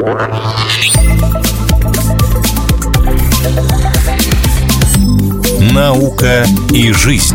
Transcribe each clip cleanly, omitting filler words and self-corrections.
Наука и жизнь.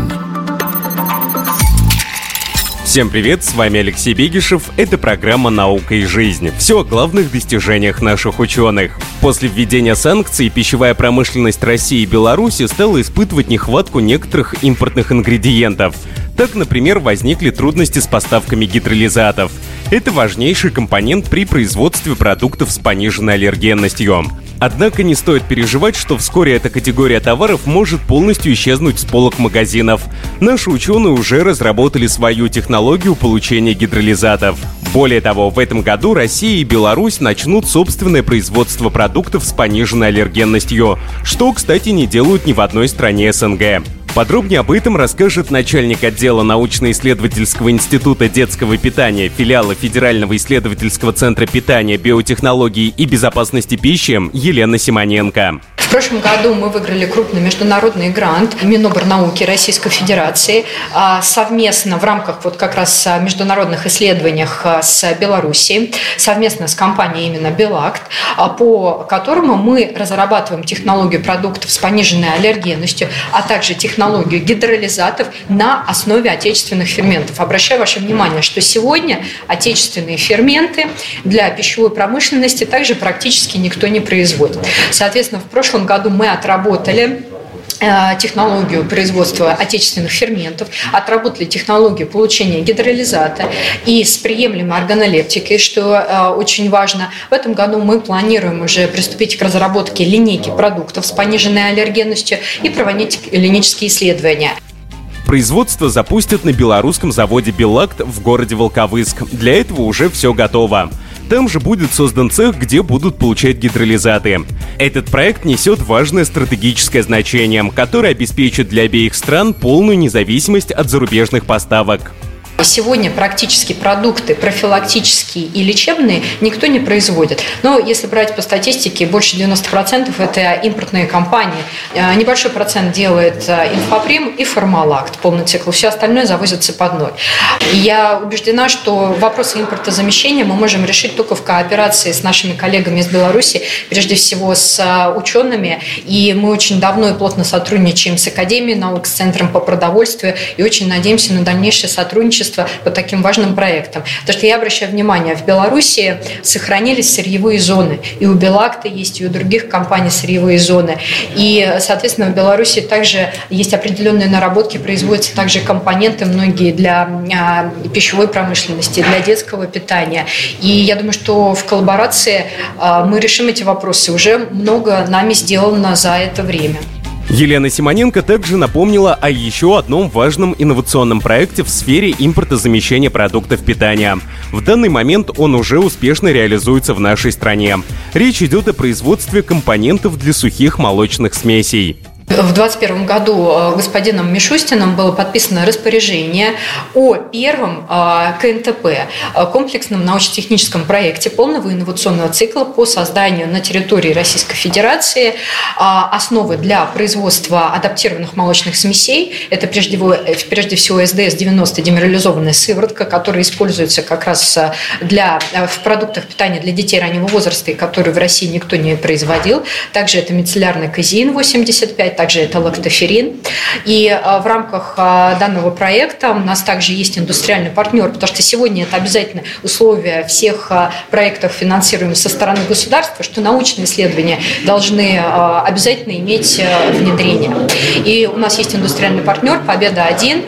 Всем привет, с вами Алексей Бегишев. Это программа «Наука и жизнь». Все о главных достижениях наших ученых. После введения санкций пищевая промышленность России и Беларуси стала испытывать нехватку некоторых импортных ингредиентов. Так, например, возникли трудности с поставками гидролизатов. Это важнейший компонент при производстве продуктов с пониженной аллергенностью. Однако не стоит переживать, что вскоре эта категория товаров может полностью исчезнуть с полок магазинов. Наши ученые уже разработали свою технологию получения гидролизатов. Более того, в этом году Россия и Беларусь начнут собственное производство продуктов с пониженной аллергенностью, что, кстати, не делают ни в одной стране СНГ. Подробнее об этом расскажет начальник отдела научно-исследовательского института детского питания филиала Федерального исследовательского центра питания, биотехнологий и безопасности пищи Елена Симоненко. В прошлом году мы выиграли крупный международный грант Минобрнауки Российской Федерации совместно в рамках как раз международных исследований с Белоруссией, совместно с компанией именно Белакт, по которому мы разрабатываем технологию продуктов с пониженной аллергенностью, а также технологию гидролизатов на основе отечественных ферментов. Обращаю ваше внимание, что сегодня отечественные ферменты для пищевой промышленности также практически никто не производит. Соответственно, в прошлом году мы отработали технологию производства отечественных ферментов, отработали технологию получения гидролизата и с приемлемой органолептикой, что очень важно. В этом году мы планируем уже приступить к разработке линейки продуктов с пониженной аллергенностью и проводить клинические исследования. Производство запустят на белорусском заводе «Белакт» в городе Волковыск. Для этого уже все готово. Там же будет создан цех, где будут получать гидролизаты. Этот проект несет важное стратегическое значение, которое обеспечит для обеих стран полную независимость от зарубежных поставок. Сегодня практически продукты профилактические и лечебные никто не производит. Но если брать по статистике, больше 90% это импортные компании. Небольшой процент делает Инфоприм и Формалакт, полный цикл. Все остальное завозится под ноль. И я убеждена, что вопросы импортозамещения мы можем решить только в кооперации с нашими коллегами из Беларуси, прежде всего с учеными. И мы очень давно и плотно сотрудничаем с Академией наук, с Центром по продовольствию и очень надеемся на дальнейшее сотрудничество по таким важным проектам. Потому что я обращаю внимание, в Беларуси сохранились сырьевые зоны. И у Белакта есть, и у других компаний сырьевые зоны. И, соответственно, в Беларуси также есть определенные наработки, производятся также компоненты многие для пищевой промышленности, для детского питания. И я думаю, что в коллаборации мы решим эти вопросы. Уже много нами сделано за это время. Елена Симоненко также напомнила о еще одном важном инновационном проекте в сфере импортозамещения продуктов питания. В данный момент он уже успешно реализуется в нашей стране. Речь идет о производстве компонентов для сухих молочных смесей. В 2021 году господином Мишустиным было подписано распоряжение о первом КНТП, комплексном научно-техническом проекте полного инновационного цикла по созданию на территории Российской Федерации основы для производства адаптированных молочных смесей. Это прежде всего СДС-90 демерализованная сыворотка, которая используется как раз в продуктах питания для детей раннего возраста, которые в России никто не производил. Также это мицеллярный казеин 85, также это лактоферин. И в рамках данного проекта у нас также есть индустриальный партнер, потому что сегодня это обязательно условие всех проектов, финансируемых со стороны государства, что научные исследования должны обязательно иметь внедрение. И у нас есть индустриальный партнер «Победа-1»,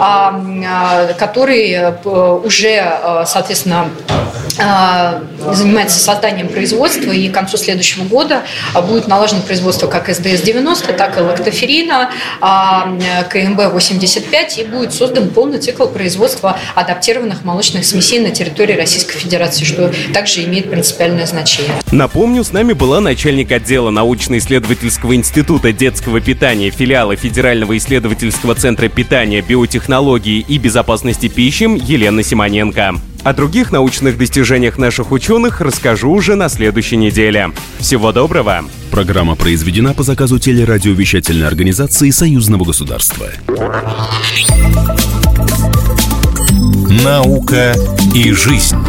который уже, соответственно, занимается созданием производства, и к концу следующего года будет налажено производство как СДС-90, так и лактоферина, КМБ-85, и будет создан полный цикл производства адаптированных молочных смесей на территории Российской Федерации, что также имеет принципиальное значение. Напомню, с нами была начальник отдела научно-исследовательского института детского питания филиала Федерального исследовательского центра питания, биотехнологии и безопасности пищи Елена Симоненко. О других научных достижениях наших ученых расскажу уже на следующей неделе. Всего доброго! Программа произведена по заказу телерадиовещательной организации Союзного государства. Наука и жизнь.